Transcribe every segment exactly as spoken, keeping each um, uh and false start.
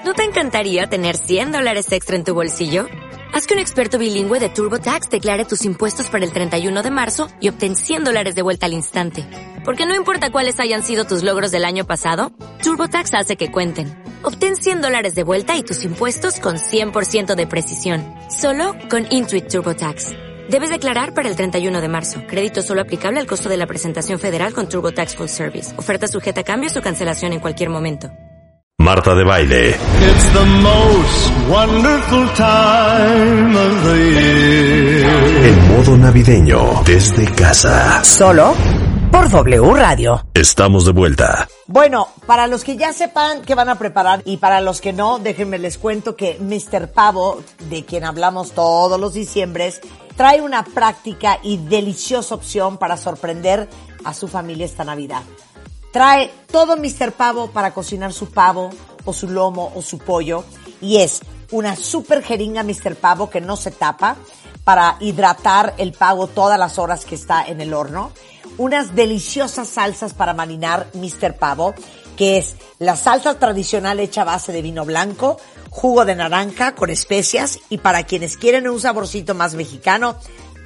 ¿No te encantaría tener cien dólares extra en tu bolsillo? Haz que un experto bilingüe de TurboTax declare tus impuestos para el treinta y uno de marzo y obtén cien dólares de vuelta al instante. Porque no importa cuáles hayan sido tus logros del año pasado, TurboTax hace que cuenten. Obtén cien dólares de vuelta y tus impuestos con cien por ciento de precisión. Solo con Intuit TurboTax. Debes declarar para el treinta y uno de marzo. Crédito solo aplicable al costo de la presentación federal con TurboTax Full Service. Oferta sujeta a cambios o cancelación en cualquier momento. Marta de Baile. It's the most wonderful time of the year. En modo navideño, desde casa. Solo por W Radio. Estamos de vuelta. Bueno, para los que ya sepan qué van a preparar y para los que no, déjenme les cuento que mister Pavo, de quien hablamos todos los diciembres, trae una práctica y deliciosa opción para sorprender a su familia esta Navidad. Trae todo mister Pavo para cocinar su pavo o su lomo o su pollo y es una super jeringa mister Pavo que no se tapa para hidratar el pavo todas las horas que está en el horno. Unas deliciosas salsas para marinar mister Pavo, que es la salsa tradicional hecha a base de vino blanco, jugo de naranja con especias y para quienes quieren un saborcito más mexicano,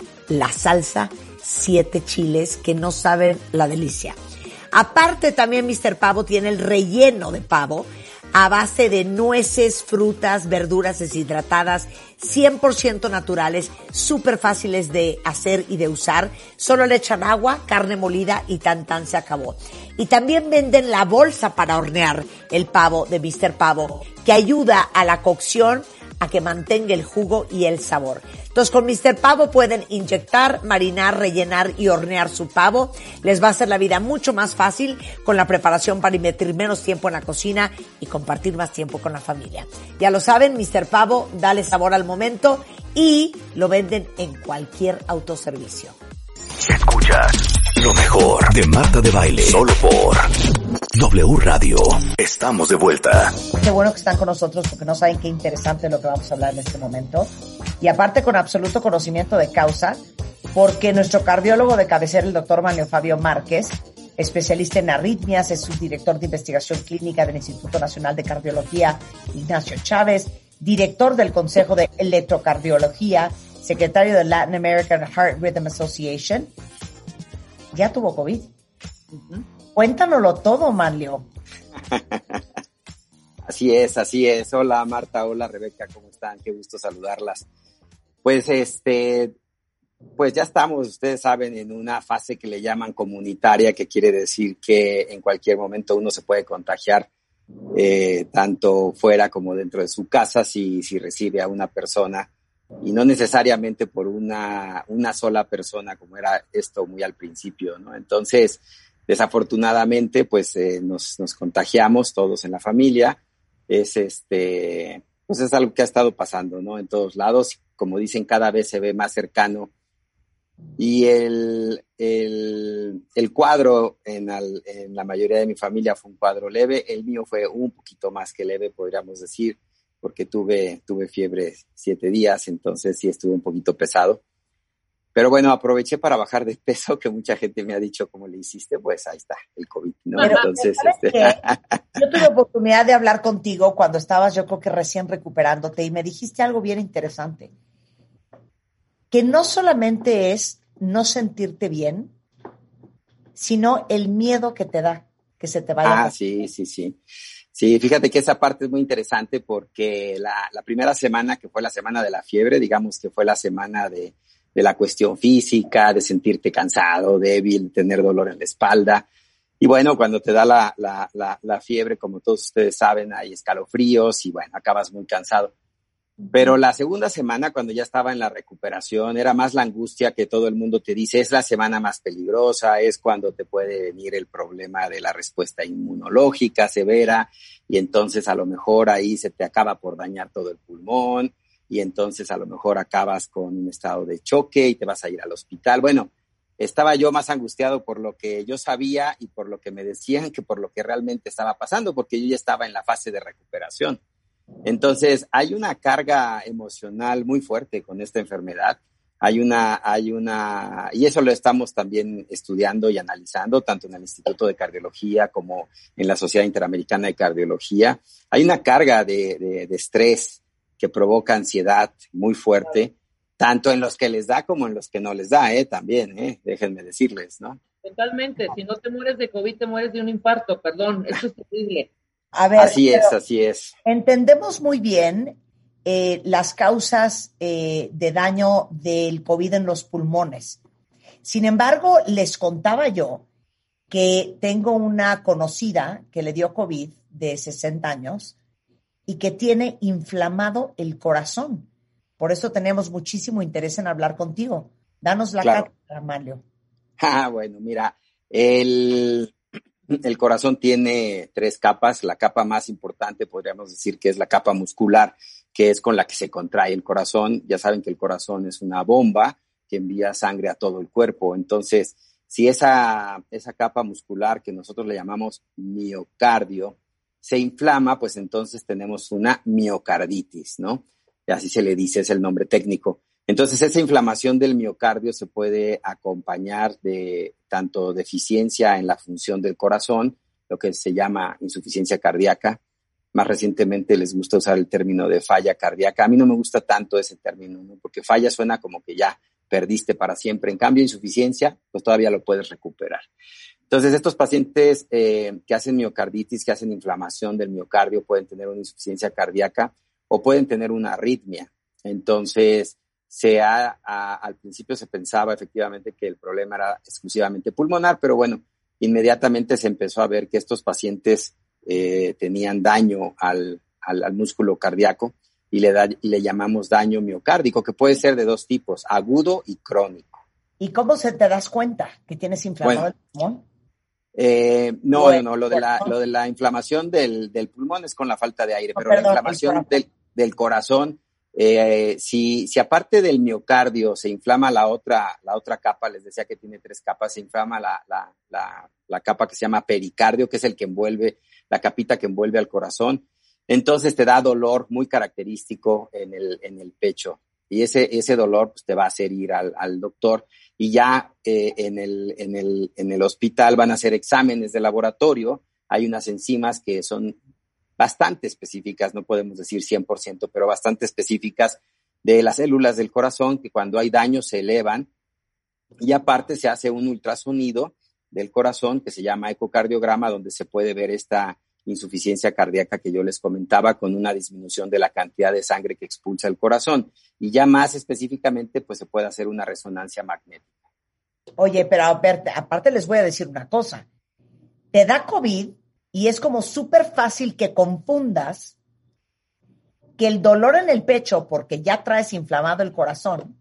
la salsa siete chiles que no saben la delicia. Aparte también mister Pavo tiene el relleno de pavo a base de nueces, frutas, verduras deshidratadas, cien por ciento naturales, súper fáciles de hacer y de usar. Solo le echan agua, carne molida y tan tan se acabó. Y también venden la bolsa para hornear el pavo de mister Pavo, que ayuda a la cocción a que mantenga el jugo y el sabor. Entonces con mister Pavo pueden inyectar, marinar, rellenar y hornear su pavo. Les va a hacer la vida mucho más fácil con la preparación para invertir menos tiempo en la cocina y compartir más tiempo con la familia. Ya lo saben, mister Pavo, dale sabor al momento y lo venden en cualquier autoservicio. Escuchas lo mejor de Marta de Baile, solo por W Radio. Estamos de vuelta. Qué bueno que están con nosotros porque no saben qué interesante lo que vamos a hablar en este momento. Y aparte con absoluto conocimiento de causa, porque nuestro cardiólogo de cabecera, el doctor Manlio Fabio Márquez, especialista en arritmias, es subdirector de investigación clínica del Instituto Nacional de Cardiología Ignacio Chávez, director del Consejo de Electrocardiología, secretario de Latin American Heart Rhythm Association. Ya tuvo COVID. Uh-huh. Cuéntanoslo todo, Manlio. Así es, así es. Hola Marta, hola Rebeca, ¿cómo están? Qué gusto saludarlas. Pues este, pues ya estamos, ustedes saben, en una fase que le llaman comunitaria, que quiere decir que en cualquier momento uno se puede contagiar, eh, tanto fuera como dentro de su casa, si, si recibe a una persona, y no necesariamente por una, una sola persona, como era esto muy al principio, ¿no? Entonces, desafortunadamente, pues eh, nos, nos contagiamos todos en la familia. Es este, pues es algo que ha estado pasando, ¿no? En todos lados, como dicen, cada vez se ve más cercano. Y el, el, el cuadro en, al, en la mayoría de mi familia fue un cuadro leve. El mío fue un poquito más que leve, podríamos decir, porque tuve, tuve fiebre siete días, entonces sí estuve un poquito pesado. Pero bueno, aproveché para bajar de peso, que mucha gente me ha dicho, ¿cómo le hiciste? Pues ahí está, el COVID, ¿no? Pero, entonces, este... yo tuve oportunidad de hablar contigo cuando estabas, yo creo que recién recuperándote, y me dijiste algo bien interesante. Que no solamente es no sentirte bien, sino el miedo que te da, que se te vaya. Ah, sí, sí, sí. Sí, fíjate que esa parte es muy interesante porque la, la primera semana, que fue la semana de la fiebre, digamos que fue la semana de, de la cuestión física, de sentirte cansado, débil, tener dolor en la espalda. Y bueno, cuando te da la, la, la, la fiebre, como todos ustedes saben, hay escalofríos y bueno, acabas muy cansado. Pero la segunda semana, cuando ya estaba en la recuperación, era más la angustia que todo el mundo te dice, es la semana más peligrosa, es cuando te puede venir el problema de la respuesta inmunológica severa, y entonces a lo mejor ahí se te acaba por dañar todo el pulmón, y entonces a lo mejor acabas con un estado de choque y te vas a ir al hospital. Bueno, estaba yo más angustiado por lo que yo sabía y por lo que me decían que por lo que realmente estaba pasando, porque yo ya estaba en la fase de recuperación. Entonces, hay una carga emocional muy fuerte con esta enfermedad, Hay una, hay una, y eso lo estamos también estudiando y analizando, tanto en el Instituto de Cardiología como en la Sociedad Interamericana de Cardiología. Hay una carga de, de, de estrés que provoca ansiedad muy fuerte, tanto en los que les da como en los que no les da, eh, también, eh, déjenme decirles, ¿no? Totalmente, si no te mueres de COVID, te mueres de un infarto, perdón, eso es terrible. A ver, así es, así es. Entendemos muy bien eh, las causas eh, de daño del COVID en los pulmones. Sin embargo, les contaba yo que tengo una conocida que le dio COVID de sesenta años y que tiene inflamado el corazón. Por eso tenemos muchísimo interés en hablar contigo. Danos la Claro. cátedra, Manlio. Ah, bueno, mira, el, el corazón tiene tres capas. La capa más importante podríamos decir que es la capa muscular, que es con la que se contrae el corazón. Ya saben que el corazón es una bomba que envía sangre a todo el cuerpo. Entonces, si esa, esa capa muscular que nosotros le llamamos miocardio se inflama, pues entonces tenemos una miocarditis, ¿no? Y así se le dice, es el nombre técnico. Entonces, esa inflamación del miocardio se puede acompañar de tanto deficiencia en la función del corazón, lo que se llama insuficiencia cardíaca. Más recientemente les gusta usar el término de falla cardíaca. A mí no me gusta tanto ese término, ¿no? Porque falla suena como que ya perdiste para siempre. En cambio, insuficiencia, pues todavía lo puedes recuperar. Entonces, estos pacientes eh, que hacen miocarditis, que hacen inflamación del miocardio, pueden tener una insuficiencia cardíaca o pueden tener una arritmia. Entonces, se ha, a, al principio se pensaba efectivamente que el problema era exclusivamente pulmonar, pero bueno, inmediatamente se empezó a ver que estos pacientes eh, tenían daño al, al, al músculo cardíaco y le, da, y le llamamos daño miocárdico, que puede ser de dos tipos, agudo y crónico. ¿Y cómo se te das cuenta que tienes inflamado Bueno, el pulmón? Eh, no, Bueno, no, no, lo de la, perdón. lo de la inflamación del, del pulmón es con la falta de aire, No, pero perdón, la el inflamación corazón. del, del corazón, eh, si, si aparte del miocardio se inflama la otra, la otra capa, les decía que tiene tres capas, se inflama la, la, la, la capa que se llama pericardio, que es el que envuelve, la capita que envuelve al corazón, entonces te da dolor muy característico en el, en el pecho. Y ese, ese dolor pues, te va a hacer ir al, al doctor y ya eh, en, el, en, el, en el hospital van a hacer exámenes de laboratorio. Hay unas enzimas que son bastante específicas, no podemos decir cien por ciento, pero bastante específicas de las células del corazón que cuando hay daño se elevan y aparte se hace un ultrasonido del corazón que se llama ecocardiograma donde se puede ver esta insuficiencia cardíaca que yo les comentaba con una disminución de la cantidad de sangre que expulsa el corazón. Y ya más específicamente, pues se puede hacer una resonancia magnética. Oye, pero a ver, aparte les voy a decir una cosa. Te da COVID y es como súper fácil que confundas que el dolor en el pecho, porque ya traes inflamado el corazón,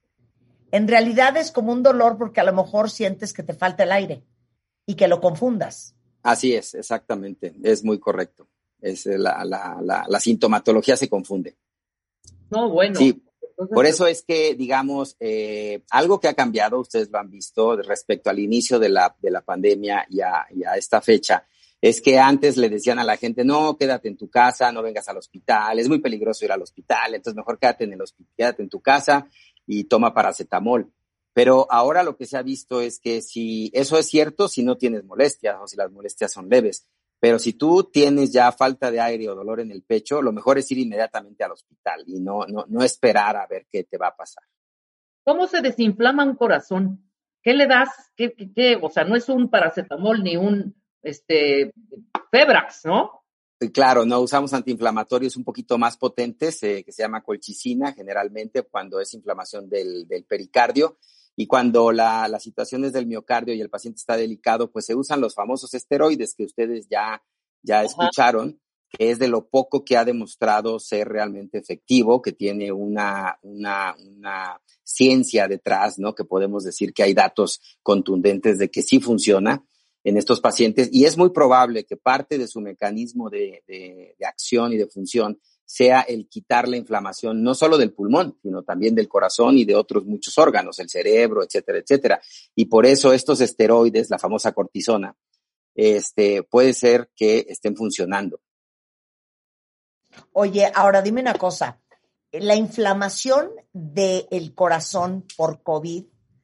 en realidad es como un dolor porque a lo mejor sientes que te falta el aire y que lo confundas. Así es, exactamente, es muy correcto. Es la, la, la, la sintomatología se confunde. No, bueno. Sí, Entonces, por eso es que, digamos, eh, algo que ha cambiado, ustedes lo han visto respecto al inicio de la, de la pandemia y a, y a esta fecha, es que antes le decían a la gente, no, quédate en tu casa, no vengas al hospital, es muy peligroso ir al hospital, entonces mejor quédate en el hospital, quédate en tu casa y toma paracetamol. Pero ahora lo que se ha visto es que si eso es cierto, si no tienes molestias o si las molestias son leves, pero si tú tienes ya falta de aire o dolor en el pecho, lo mejor es ir inmediatamente al hospital y no, no, no esperar a ver qué te va a pasar. ¿cómo se desinflama un corazón? ¿Qué le das? ¿Qué, qué, qué? O sea, no es un paracetamol ni un este Febrax, ¿no? Y claro, no usamos antiinflamatorios un poquito más potentes, eh, que se llama colchicina, generalmente cuando es inflamación del, del pericardio. Y cuando la, la situación es del miocardio y el paciente está delicado, pues se usan los famosos esteroides que ustedes ya, ya escucharon, que es de lo poco que ha demostrado ser realmente efectivo, que tiene una, una, una ciencia detrás, ¿no? Que podemos decir que hay datos contundentes de que sí funciona en estos pacientes. Y es muy probable que parte de su mecanismo de, de, de acción y de función sea el quitar la inflamación, no solo del pulmón, sino también del corazón y de otros muchos órganos, el cerebro, etcétera, etcétera. Y por eso estos esteroides, la famosa cortisona, este, puede ser que estén funcionando. Oye, ahora dime una cosa. la inflamación del corazón por COVID,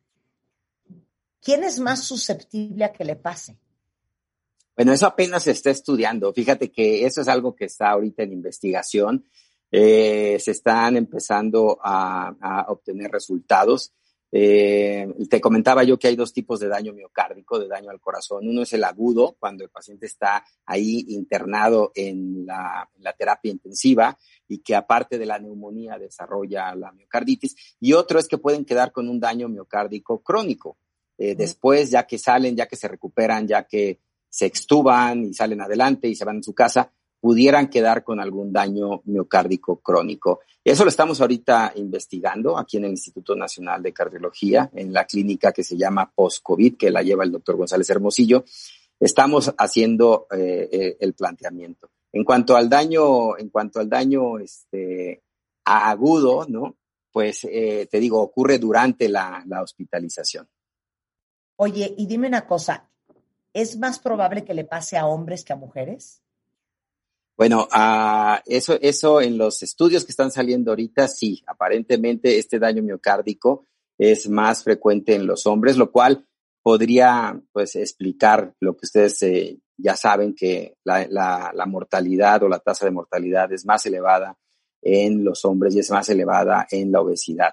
¿quién es más susceptible a que le pase? Bueno, eso apenas se está estudiando. Fíjate que eso es algo que está ahorita en investigación. Eh, se están empezando a, a obtener resultados. Eh, te comentaba yo que hay dos tipos de daño miocárdico, de daño al corazón. Uno es el agudo, cuando el paciente está ahí internado en la, en la terapia intensiva y que aparte de la neumonía desarrolla la miocarditis. Y otro es que pueden quedar con un daño miocárdico crónico. Eh, después, ya que salen, ya que se recuperan, ya que se extuban y salen adelante y se van a su casa, pudieran quedar con algún daño miocárdico crónico. Eso lo estamos ahorita investigando aquí en el Instituto Nacional de Cardiología, en la clínica que se llama Post-COVID, que la lleva el doctor González Hermosillo. Estamos haciendo eh, eh, el planteamiento. En cuanto al daño, en cuanto al daño este, agudo, ¿no? Pues eh, te digo, ocurre durante la, la hospitalización. Oye, y dime una cosa, ¿es más probable que le pase a hombres que a mujeres? Bueno, uh, eso, eso en los estudios que están saliendo ahorita, sí, aparentemente este daño miocárdico es más frecuente en los hombres, lo cual podría, pues, explicar lo que ustedes eh, ya saben, que la, la, la mortalidad o la tasa de mortalidad es más elevada en los hombres y es más elevada en la obesidad.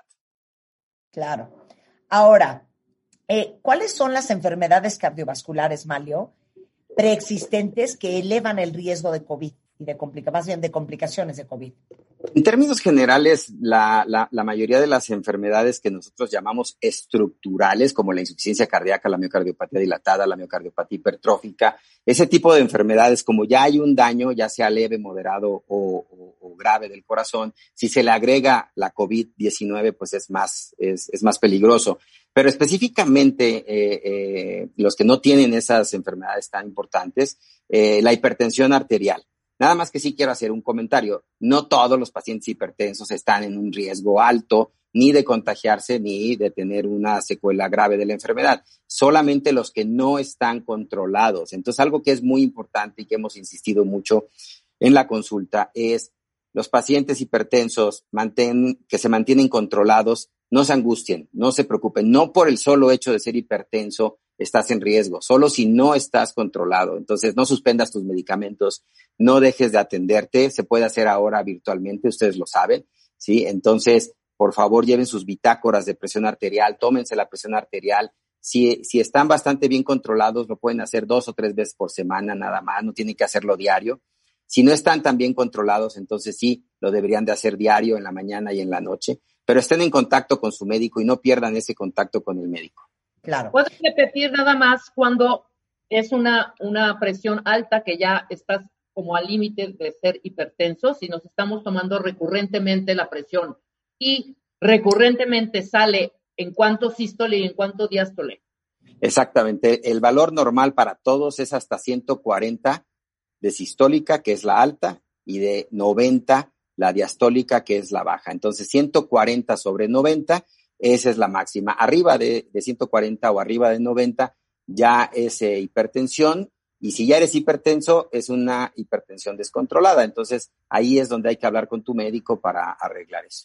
Claro. Ahora, eh, ¿cuáles son las enfermedades cardiovasculares, Malio, preexistentes que elevan el riesgo de COVID y de, complica- más bien de complicaciones de COVID? En términos generales, la, la, la mayoría de las enfermedades que nosotros llamamos estructurales, como la insuficiencia cardíaca, la miocardiopatía dilatada, la miocardiopatía hipertrófica, ese tipo de enfermedades, como ya hay un daño, ya sea leve, moderado o, o, o grave del corazón, si se le agrega la COVID diecinueve, pues es más, es, es más peligroso. Pero específicamente eh, eh, los que no tienen esas enfermedades tan importantes, eh, la hipertensión arterial. Nada más que sí quiero hacer un comentario. No todos los pacientes hipertensos están en un riesgo alto ni de contagiarse ni de tener una secuela grave de la enfermedad. Solamente los que no están controlados. Entonces, algo que es muy importante y que hemos insistido mucho en la consulta es los pacientes hipertensos mantén, que se mantienen controlados, no se angustien, no se preocupen. No por el solo hecho de ser hipertenso estás en riesgo, solo si no estás controlado. Entonces, no suspendas tus medicamentos, no dejes de atenderte. Se puede hacer ahora virtualmente, ustedes lo saben, ¿sí? Entonces, por favor, lleven sus bitácoras de presión arterial, tómense la presión arterial. Si, si están bastante bien controlados, lo pueden hacer dos o tres veces por semana nada más, no tienen que hacerlo diario. Si no están tan bien controlados, entonces sí, lo deberían de hacer diario en la mañana y en la noche, pero estén en contacto con su médico y no pierdan ese contacto con el médico. Claro. ¿Puedes repetir nada más cuando es una, una presión alta que ya estás como al límite de ser hipertenso? Si nos estamos tomando recurrentemente la presión y recurrentemente sale en cuánto sístole y en cuánto diástole. Exactamente. El valor normal para todos es hasta ciento cuarenta de sistólica, que es la alta, y de noventa la diastólica, que es la baja. Entonces, ciento cuarenta sobre noventa, esa es la máxima. Arriba de, de ciento cuarenta o arriba de noventa ya es eh, hipertensión, y si ya eres hipertenso, es una hipertensión descontrolada. Entonces, ahí es donde hay que hablar con tu médico para arreglar eso.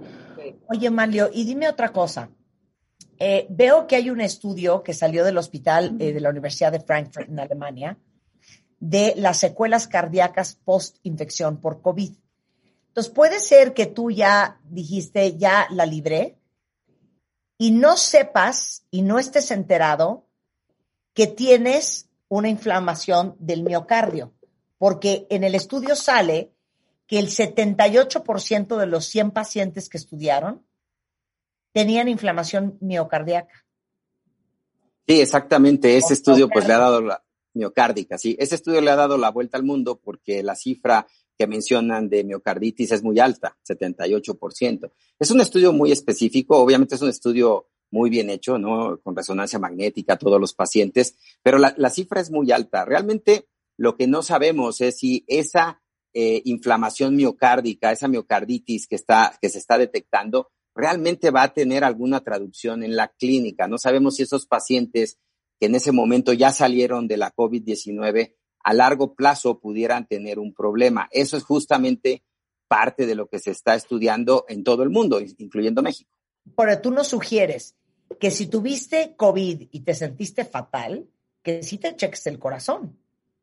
Oye, Manlio, y dime otra cosa. Eh, veo que hay un estudio que salió del hospital eh, de la Universidad de Frankfurt en Alemania de las secuelas cardíacas post-infección por COVID. Entonces, puede ser que tú ya dijiste, ya la libré, y no sepas y no estés enterado que tienes una inflamación del miocardio, porque en el estudio sale que el setenta y ocho por ciento de los cien pacientes que estudiaron tenían inflamación miocardíaca. Sí, exactamente. Ese estudio pues le ha dado la miocárdica, sí. Ese estudio le ha dado la vuelta al mundo porque la cifra que mencionan de miocarditis es muy alta, setenta y ocho por ciento. Es un estudio muy específico, obviamente es un estudio muy bien hecho, ¿no? Con resonancia magnética a todos los pacientes, pero la, la cifra es muy alta. Realmente lo que no sabemos es si esa eh, inflamación miocárdica, esa miocarditis que está, que se está detectando, realmente va a tener alguna traducción en la clínica. No sabemos si esos pacientes que en ese momento ya salieron de la COVID diecinueve a largo plazo pudieran tener un problema. Eso es justamente parte de lo que se está estudiando en todo el mundo, incluyendo México. Pero tú nos sugieres que si tuviste COVID y te sentiste fatal, que sí te cheques el corazón.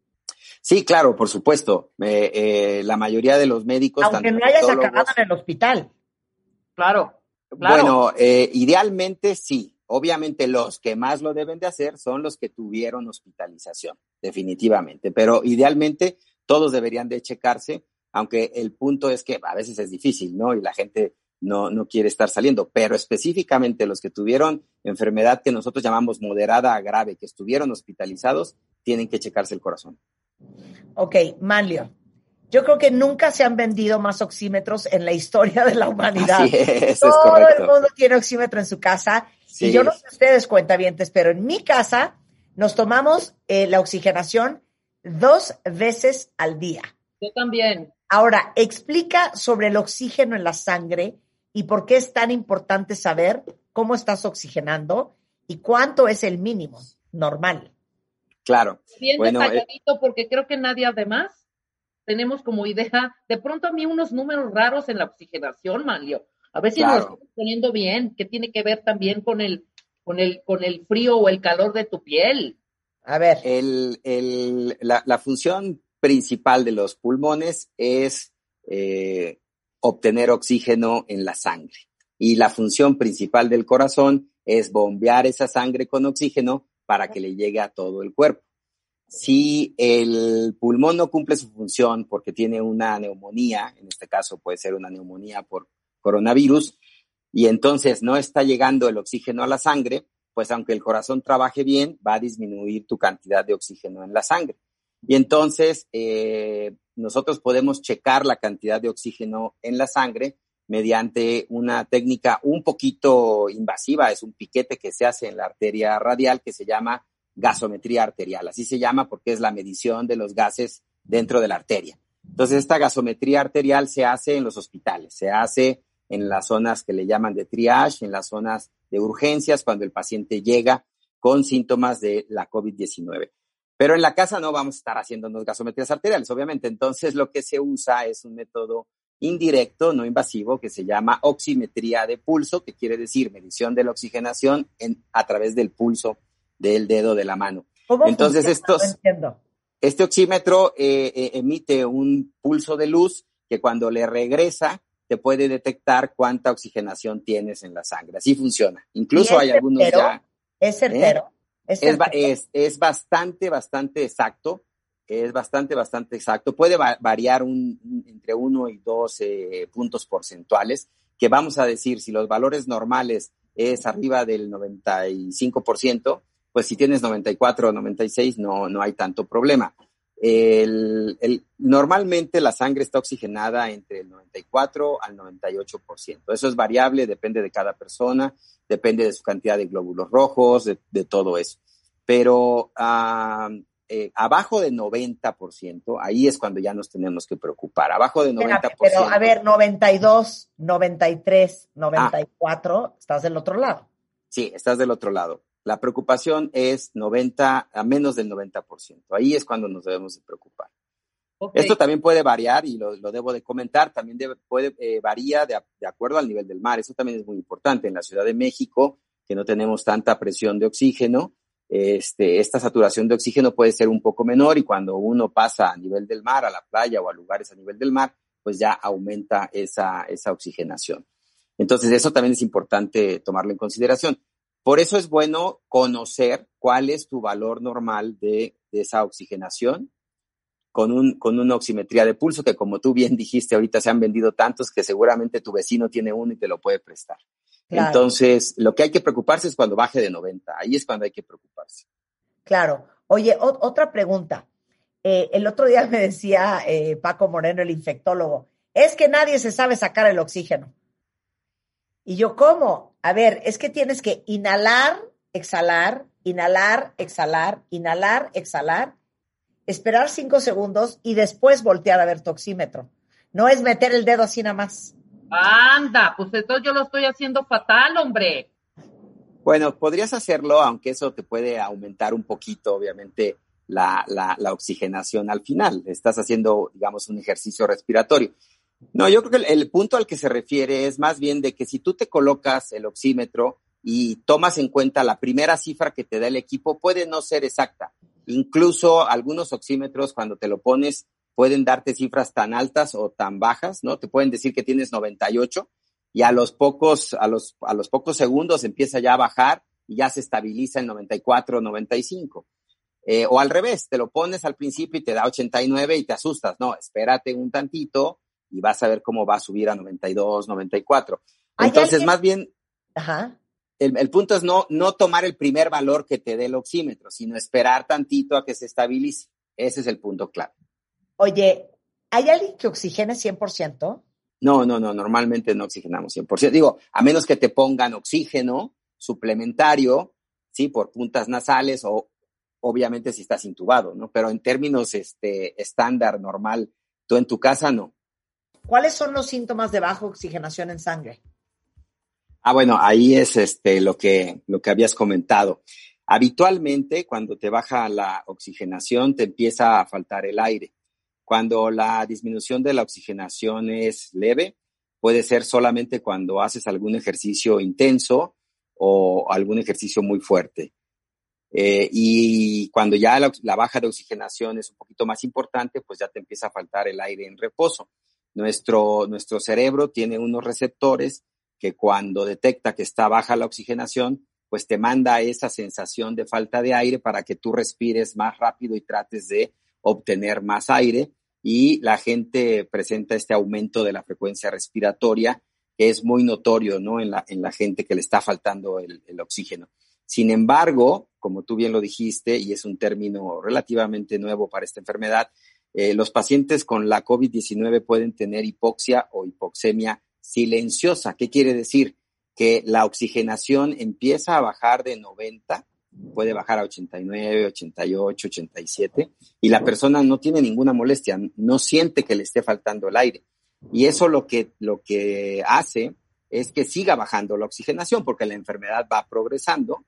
Sí, claro, por supuesto. Eh, eh, la mayoría de los médicos... Aunque no hayas acabado en el hospital. Claro, claro. Bueno, eh, idealmente sí. Obviamente los que más lo deben de hacer son los que tuvieron hospitalización, definitivamente. Pero idealmente todos deberían de checarse, aunque el punto es que a veces es difícil, ¿no? Y la gente no, no quiere estar saliendo. Pero específicamente los que tuvieron enfermedad que nosotros llamamos moderada a grave, que estuvieron hospitalizados, tienen que checarse el corazón. Ok, Manlio. Yo creo que nunca se han vendido más oxímetros en la historia de la humanidad. Así es, Todo es correcto. el mundo tiene oxímetro en su casa. Sí. Y yo no sé ustedes, cuentavientes, pero en mi casa nos tomamos eh, la oxigenación dos veces al día. Yo también. Ahora, explica sobre el oxígeno en la sangre y por qué es tan importante saber cómo estás oxigenando y cuánto es el mínimo normal. Claro. Bien bueno, detalladito, eh, porque creo que nadie además tenemos como idea, de pronto a mí unos números raros en la oxigenación, Manlio. A ver si claro. nos estamos poniendo bien, que tiene que ver también con el, con el, con el frío o el calor de tu piel. A ver. El, el, la, la función principal de los pulmones es eh, obtener oxígeno en la sangre. Y la función principal del corazón es bombear esa sangre con oxígeno para que le llegue a todo el cuerpo. Si el pulmón no cumple su función porque tiene una neumonía, en este caso puede ser una neumonía por coronavirus, y entonces no está llegando el oxígeno a la sangre, pues aunque el corazón trabaje bien, va a disminuir tu cantidad de oxígeno en la sangre. Y entonces eh, nosotros podemos checar la cantidad de oxígeno en la sangre mediante una técnica un poquito invasiva, es un piquete que se hace en la arteria radial que se llama gasometría arterial. Así se llama porque es la medición de los gases dentro de la arteria. Entonces, esta gasometría arterial se hace en los hospitales, se hace en las zonas que le llaman de triage, en las zonas de urgencias, cuando el paciente llega con síntomas de la COVID diecinueve. Pero en la casa no vamos a estar haciéndonos gasometrías arteriales, obviamente. Entonces, lo que se usa es un método indirecto, no invasivo, que se llama oximetría de pulso, que quiere decir medición de la oxigenación en, a través del pulso del dedo de la mano. ¿Cómo Entonces, funciona? estos, No entiendo. este oxímetro eh, eh, emite un pulso de luz que cuando le regresa te puede detectar cuánta oxigenación tienes en la sangre. Así funciona. Incluso hay certero? algunos ya... ¿Es certero? ¿eh? ¿Es, Es, certero? es, es bastante, bastante exacto. Es bastante, bastante exacto. Puede va- variar un, un, entre uno y dos eh, puntos porcentuales, que vamos a decir, si los valores normales es arriba del noventa y cinco por ciento, pues si tienes noventa y cuatro o noventa y seis, no, no hay tanto problema. El, el, normalmente la sangre está oxigenada entre el noventa y cuatro al noventa y ocho por ciento. Eso es variable, depende de cada persona, depende de su cantidad de glóbulos rojos, de, de todo eso. Pero uh, eh, abajo de noventa por ciento, ahí es cuando ya nos tenemos que preocupar. Abajo de noventa por ciento. Pero a ver, noventa y dos, noventa y tres, noventa y cuatro, ah. Estás del otro lado. Sí, estás del otro lado. La preocupación es noventa a menos del noventa por ciento. Ahí es cuando nos debemos de preocupar. Okay. Esto también puede variar y lo, lo debo de comentar. También debe, puede eh, varía de, de acuerdo al nivel del mar. Eso también es muy importante. En la Ciudad de México, que no tenemos tanta presión de oxígeno, este, esta saturación de oxígeno puede ser un poco menor y cuando uno pasa a nivel del mar, a la playa o a lugares a nivel del mar, pues ya aumenta esa, esa oxigenación. Entonces, eso también es importante tomarlo en consideración. Por eso es bueno conocer cuál es tu valor normal de, de esa oxigenación con, un, con una oximetría de pulso que, como tú bien dijiste, ahorita se han vendido tantos que seguramente tu vecino tiene uno y te lo puede prestar. Claro. Entonces, lo que hay que preocuparse es cuando baje de noventa. Ahí es cuando hay que preocuparse. Claro. Oye, o, otra pregunta. Eh, el otro día me decía eh, Paco Moreno, el infectólogo, es que nadie se sabe sacar el oxígeno. Y yo, ¿cómo? A ver, es que tienes que inhalar, exhalar, inhalar, exhalar, inhalar, exhalar, esperar cinco segundos y después voltear a ver tu oxímetro. No es meter el dedo así nada más. Anda, pues entonces yo lo estoy haciendo fatal, hombre. Bueno, podrías hacerlo, aunque eso te puede aumentar un poquito, obviamente, la, la, la oxigenación al final. Estás haciendo, digamos, un ejercicio respiratorio. No, yo creo que el, el punto al que se refiere es más bien de que si tú te colocas el oxímetro y tomas en cuenta la primera cifra que te da el equipo, puede no ser exacta. Incluso algunos oxímetros, cuando te lo pones, pueden darte cifras tan altas o tan bajas, ¿no? Te pueden decir que tienes noventa y ocho y a los pocos, a los, a los pocos segundos empieza ya a bajar y ya se estabiliza en noventa y cuatro, noventa y cinco. Eh, o al revés, te lo pones al principio y te da ochenta y nueve y te asustas. No, espérate un tantito y vas a ver cómo va a subir a noventa y dos, noventa y cuatro. Entonces, alguien... más bien, Ajá. El, el punto es no, no tomar el primer valor que te dé el oxímetro, sino esperar tantito a que se estabilice. Ese es el punto clave. Oye, ¿hay alguien que oxigene cien por ciento? No, no, no, normalmente no oxigenamos cien por ciento. Digo, a menos que te pongan oxígeno suplementario, sí, por puntas nasales o obviamente si estás intubado, ¿no? Pero en términos este, estándar, normal, tú en tu casa, no. ¿Cuáles son los síntomas de baja oxigenación en sangre? Ah, bueno, ahí es este lo que, lo que habías comentado. Habitualmente, cuando te baja la oxigenación, te empieza a faltar el aire. Cuando la disminución de la oxigenación es leve, puede ser solamente cuando haces algún ejercicio intenso o algún ejercicio muy fuerte. Eh, y cuando ya la, la baja de oxigenación es un poquito más importante, pues ya te empieza a faltar el aire en reposo. Nuestro, nuestro cerebro tiene unos receptores que cuando detecta que está baja la oxigenación, pues te manda esa sensación de falta de aire para que tú respires más rápido y trates de obtener más aire. Y la gente presenta este aumento de la frecuencia respiratoria, que es muy notorio, ¿no? En la, en la gente que le está faltando el, el oxígeno. Sin embargo, como tú bien lo dijiste, y es un término relativamente nuevo para esta enfermedad, eh, los pacientes con la COVID diecinueve pueden tener hipoxia o hipoxemia silenciosa. ¿Qué quiere decir? Que la oxigenación empieza a bajar de noventa, puede bajar a ochenta y nueve, ochenta y ocho, ochenta y siete, y la persona no tiene ninguna molestia, no siente que le esté faltando el aire. Y eso lo que, lo que hace es que siga bajando la oxigenación, porque la enfermedad va progresando,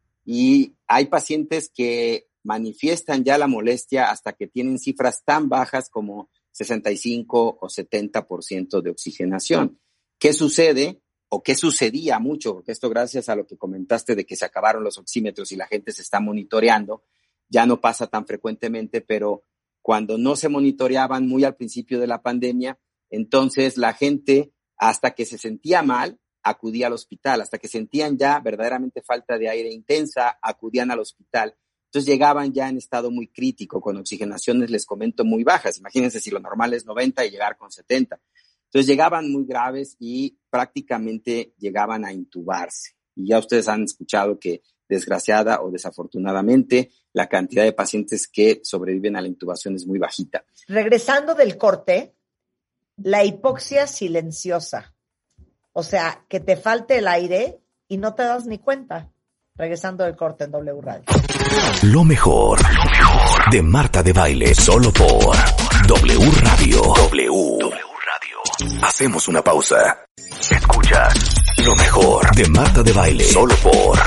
y hay pacientes que manifiestan ya la molestia hasta que tienen cifras tan bajas como sesenta y cinco o setenta por ciento de oxigenación. ¿Qué sucede o qué sucedía mucho? Porque esto, gracias a lo que comentaste de que se acabaron los oxímetros y la gente se está monitoreando, ya no pasa tan frecuentemente, pero cuando no se monitoreaban muy al principio de la pandemia, entonces la gente, hasta que se sentía mal, acudía al hospital, hasta que sentían ya verdaderamente falta de aire intensa, acudían al hospital. Entonces llegaban ya en estado muy crítico, con oxigenaciones, les comento, muy bajas. Imagínense si lo normal es noventa y llegar con setenta. Entonces llegaban muy graves y prácticamente llegaban a intubarse. Y ya ustedes han escuchado que, desgraciada o desafortunadamente, la cantidad de pacientes que sobreviven a la intubación es muy bajita. Regresando del corte, la hipoxia silenciosa. O sea, que te falte el aire y no te das ni cuenta. Regresando del corte en W Radio. Lo mejor, lo mejor de Marta de Baile, solo por W Radio. W. W Radio. Hacemos una pausa. Escuchas lo mejor de Marta de Baile, solo por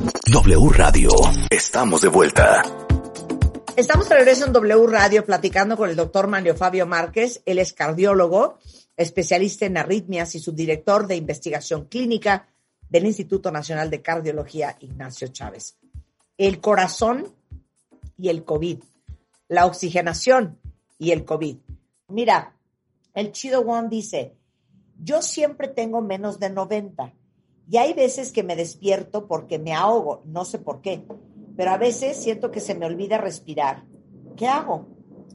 W Radio. Estamos de vuelta. Estamos de regreso en W Radio platicando con el doctor Mario Fabio Márquez. Él es cardiólogo, especialista en arritmias y subdirector de investigación clínica del Instituto Nacional de Cardiología Ignacio Chávez. El corazón y el COVID, la oxigenación y el COVID. Mira, el Chido One dice, yo siempre tengo menos de noventa y hay veces que me despierto porque me ahogo, no sé por qué, pero a veces siento que se me olvida respirar. ¿Qué hago?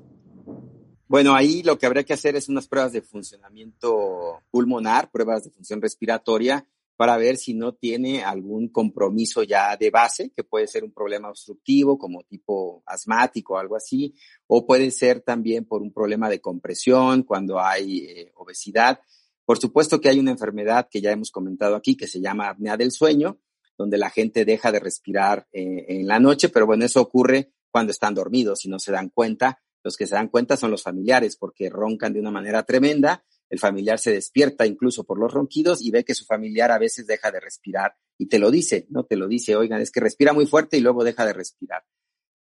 Bueno, ahí lo que habría que hacer es unas pruebas de funcionamiento pulmonar, pruebas de función respiratoria, para ver si no tiene algún compromiso ya de base, que puede ser un problema obstructivo como tipo asmático o algo así, o puede ser también por un problema de compresión cuando hay eh, obesidad. Por supuesto que hay una enfermedad que ya hemos comentado aquí que se llama apnea del sueño, donde la gente deja de respirar eh, en la noche, pero bueno, eso ocurre cuando están dormidos y no se dan cuenta. Los que se dan cuenta son los familiares porque roncan de una manera tremenda. El familiar se despierta incluso por los ronquidos y ve que su familiar a veces deja de respirar y te lo dice, ¿no? Te lo dice, oigan, es que respira muy fuerte y luego deja de respirar.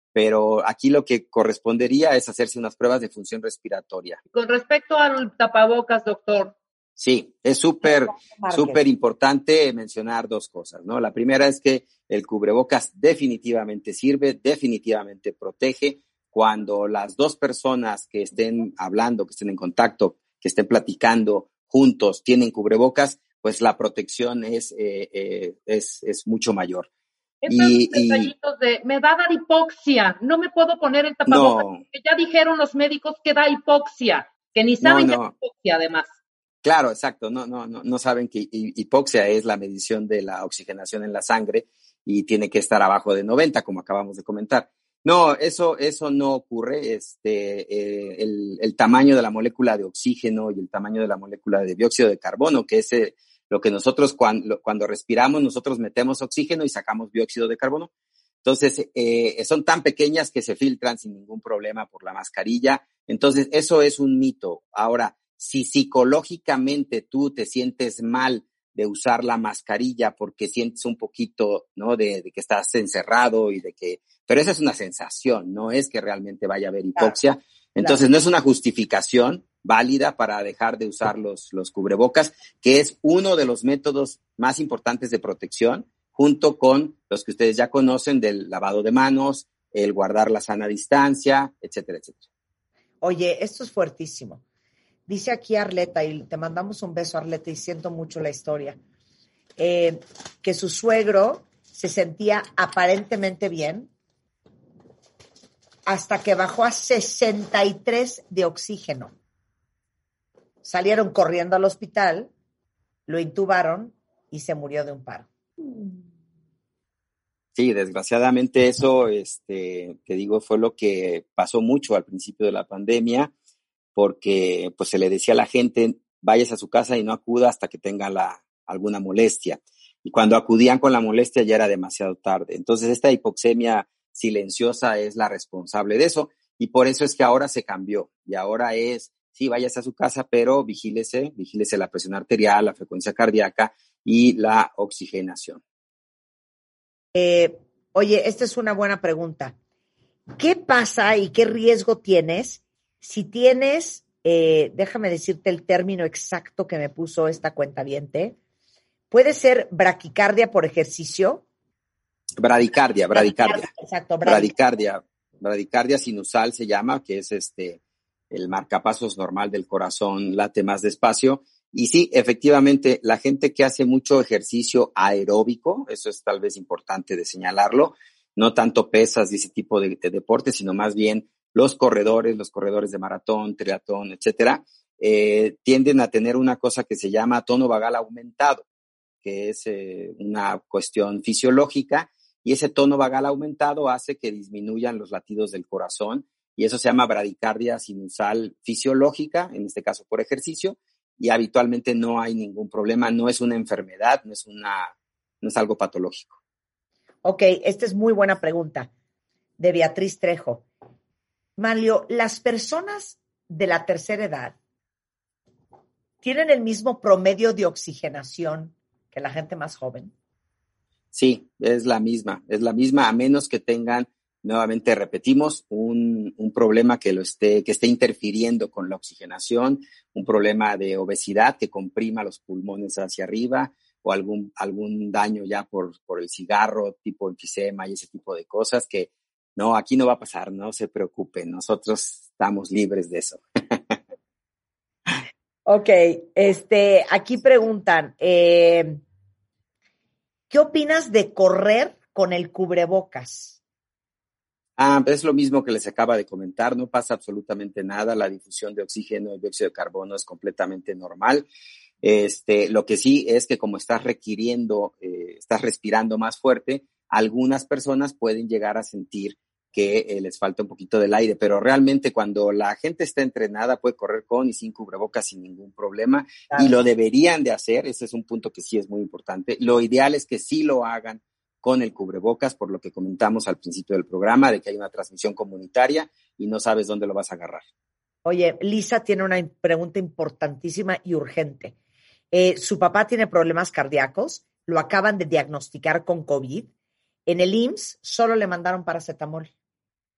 pero aquí lo que correspondería es hacerse unas pruebas de función respiratoria. Con respecto al tapabocas, doctor. Sí, es súper, súper importante mencionar dos cosas, ¿no? La primera es que el cubrebocas definitivamente sirve, definitivamente protege. Cuando las dos personas que estén hablando, que estén en contacto, que estén platicando juntos, tienen cubrebocas, pues la protección es, eh, eh, es, es mucho mayor. Esos detallitos y, de, me va a dar hipoxia, no me puedo poner el tapabocas, no, porque ya dijeron los médicos que da hipoxia, que ni saben no, no. que es hipoxia además. Claro, exacto, no, no, no, no saben que hipoxia es la medición de la oxigenación en la sangre y tiene que estar abajo de noventa, como acabamos de comentar. No, eso, eso no ocurre. Este, eh, el, el tamaño de la molécula de oxígeno y el tamaño de la molécula de dióxido de carbono, que es eh, lo que nosotros cuando, cuando respiramos, nosotros metemos oxígeno y sacamos dióxido de carbono. Entonces, eh, son tan pequeñas que se filtran sin ningún problema por la mascarilla. Entonces, eso es un mito. Ahora, si psicológicamente tú te sientes mal de usar la mascarilla porque sientes un poquito, ¿no? De, de que estás encerrado y de que, pero esa es una sensación, no es que realmente vaya a haber hipoxia. Claro, Entonces claro. no es una justificación válida para dejar de usar los, los cubrebocas, que es uno de los métodos más importantes de protección, junto con los que ustedes ya conocen del lavado de manos, el guardar la sana distancia, etcétera, etcétera. Oye, esto es fuertísimo. Dice aquí Arleta, y te mandamos un beso, Arleta, y siento mucho la historia, eh, que su suegro se sentía aparentemente bien hasta que bajó a sesenta y tres de oxígeno. Salieron corriendo al hospital, lo intubaron y se murió de un paro. Sí, desgraciadamente eso, este, te digo, fue lo que pasó mucho al principio de la pandemia, porque pues se le decía a la gente, vayas a su casa y no acuda hasta que tenga la, alguna molestia. Y cuando acudían con la molestia ya era demasiado tarde. Entonces esta hipoxemia silenciosa es la responsable de eso, y por eso es que ahora se cambió. Y ahora es, sí, váyase a su casa, pero vigílese, vigílese la presión arterial, la frecuencia cardíaca y la oxigenación. Eh, oye, esta es una buena pregunta. ¿Qué pasa y qué riesgo tienes si tienes, eh, déjame decirte el término exacto que me puso esta cuentaviente, puede ser braquicardia por ejercicio? Bradicardia, bradicardia. Exacto, bradicardia. Bradicardia, bradicardia sinusal se llama, que es este el marcapasos normal del corazón, late más despacio. Y sí, efectivamente, la gente que hace mucho ejercicio aeróbico, eso es tal vez importante de señalarlo, no tanto pesas y ese tipo de, de deporte, sino más bien los corredores, los corredores de maratón, triatlón, etcétera, eh, tienden a tener una cosa que se llama tono vagal aumentado, que es eh, una cuestión fisiológica, y ese tono vagal aumentado hace que disminuyan los latidos del corazón, y eso se llama bradicardia sinusal fisiológica, en este caso por ejercicio, y habitualmente no hay ningún problema, no es una enfermedad, no es una, no es algo patológico. Ok, esta es muy buena pregunta, de Beatriz Trejo. Manlio, ¿las personas de la tercera edad tienen el mismo promedio de oxigenación que la gente más joven? Sí, es la misma, es la misma, a menos que tengan, nuevamente repetimos, un, un problema que lo esté, que esté interfiriendo con la oxigenación, un problema de obesidad que comprima los pulmones hacia arriba, o algún, algún daño ya por, por el cigarro, tipo enfisema y ese tipo de cosas que no, aquí no va a pasar, no se preocupen, nosotros estamos libres de eso. Ok, este, aquí preguntan, eh, ¿qué opinas de correr con el cubrebocas? Ah, es lo mismo que les acaba de comentar, no pasa absolutamente nada, la difusión de oxígeno y dióxido de carbono es completamente normal. Este, lo que sí es que como estás requiriendo, eh, estás respirando más fuerte, algunas personas pueden llegar a sentir que eh, les falta un poquito del aire, pero realmente cuando la gente está entrenada puede correr con y sin cubrebocas sin ningún problema, claro. Y lo deberían de hacer, ese es un punto que sí es muy importante. Lo ideal es que sí lo hagan con el cubrebocas, por lo que comentamos al principio del programa, de que hay una transmisión comunitaria y no sabes dónde lo vas a agarrar. Oye, Lisa tiene una pregunta importantísima y urgente. Eh, su papá tiene problemas cardíacos, lo acaban de diagnosticar con COVID. En el I M S S solo le mandaron paracetamol.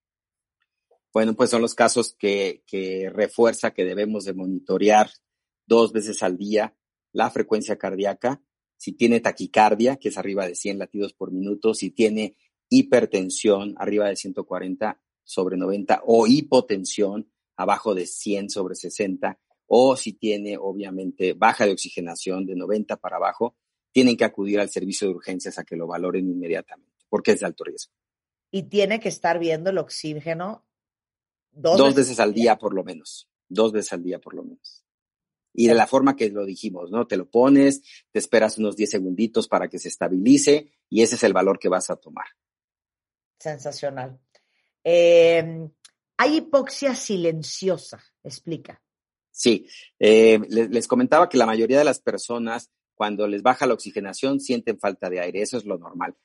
Bueno, pues son los casos que, que refuerza que debemos de monitorear dos veces al día la frecuencia cardíaca, si tiene taquicardia, que es arriba de cien latidos por minuto, si tiene hipertensión arriba de ciento cuarenta sobre noventa o hipotensión abajo de cien sobre sesenta, o si tiene obviamente baja de oxigenación de noventa para abajo, tienen que acudir al servicio de urgencias a que lo valoren inmediatamente, porque es de alto riesgo. Y tiene que estar viendo el oxígeno dos, dos veces, veces al día por lo menos, dos veces al día por lo menos. Y de la forma que lo dijimos, ¿no? Te lo pones, te esperas unos diez segunditos para que se estabilice y ese es el valor que vas a tomar. Sensacional. Eh, hay hipoxia silenciosa, explica. Sí, eh, les, les comentaba que la mayoría de las personas cuando les baja la oxigenación sienten falta de aire, eso es lo normal.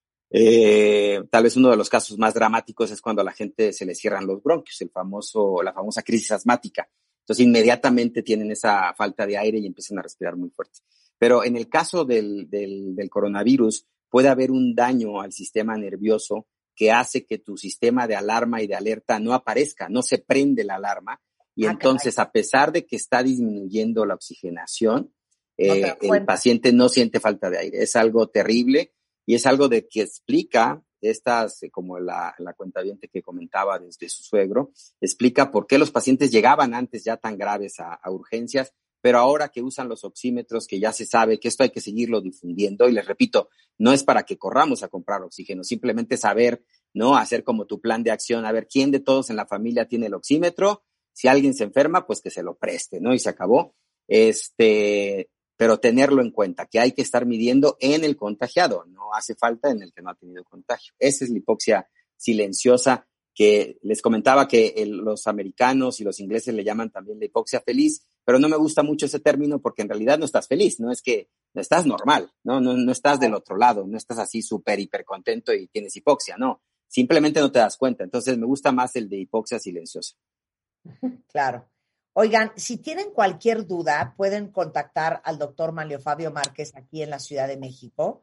Eh, tal vez uno de los casos más dramáticos es cuando a la gente se le cierran los bronquios, el famoso, la famosa crisis asmática. Entonces inmediatamente tienen esa falta de aire y empiezan a respirar muy fuerte. Pero en el caso del, del, del coronavirus puede haber un daño al sistema nervioso que hace que tu sistema de alarma y de alerta no aparezca, no se prende la alarma y ah, entonces caray. A pesar de que está disminuyendo la oxigenación, eh, no el paciente no siente falta de aire. Es algo terrible y es algo de que explica estas, como la, la cuentaviente que comentaba desde su suegro, explica por qué los pacientes llegaban antes ya tan graves a, a urgencias, pero ahora que usan los oxímetros, que ya se sabe que esto hay que seguirlo difundiendo, y les repito, no es para que corramos a comprar oxígeno, simplemente saber, ¿no? Hacer como tu plan de acción, a ver quién de todos en la familia tiene el oxímetro, si alguien se enferma, pues que se lo preste, ¿no? Y se acabó. Este, pero tenerlo en cuenta, que hay que estar midiendo en el contagiado, no hace falta en el que no ha tenido contagio. Esa es la hipoxia silenciosa, que les comentaba que el, los americanos y los ingleses le llaman también la hipoxia feliz, pero no me gusta mucho ese término porque en realidad no estás feliz, no es que no estás normal, no, no, no estás del otro lado, no estás así súper hiper contento y tienes hipoxia, no, simplemente no te das cuenta. Entonces me gusta más el de hipoxia silenciosa. Claro. Oigan, si tienen cualquier duda, pueden contactar al doctor Manlio Fabio Márquez aquí en la Ciudad de México.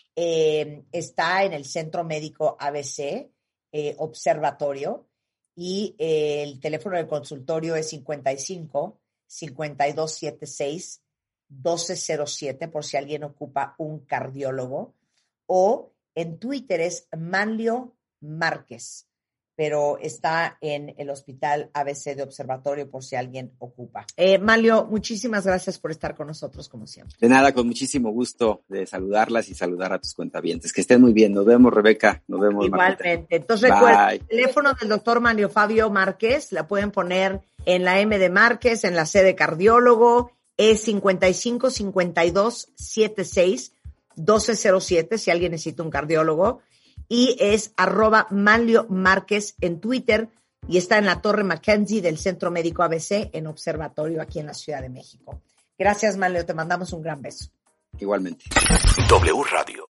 Eh, está en el Centro Médico A B C, eh, Observatorio, y eh, el teléfono del consultorio es cincuenta y cinco, cincuenta y dos setenta y seis, doce cero siete, por si alguien ocupa un cardiólogo. O en Twitter es Manlio Márquez, pero está en el Hospital A B C de Observatorio por si alguien ocupa. Eh, Manlio, muchísimas gracias por estar con nosotros, como siempre. De nada, con muchísimo gusto de saludarlas y saludar a tus cuentavientes. Que estén muy bien. Nos vemos, Rebeca. Nos vemos, igualmente. Marquita. Entonces, recuerden, el teléfono del doctor Manlio Fabio Márquez, la pueden poner en la M de Márquez, en la C de cardiólogo, es cincuenta y cinco, cincuenta y dos setenta y seis, doce cero siete, si alguien necesita un cardiólogo. Y es arroba Manlio Márquez en Twitter y está en la Torre Mackenzie del Centro Médico A B C en Observatorio aquí en la Ciudad de México. Gracias, Manlio, te mandamos un gran beso. Igualmente. W Radio.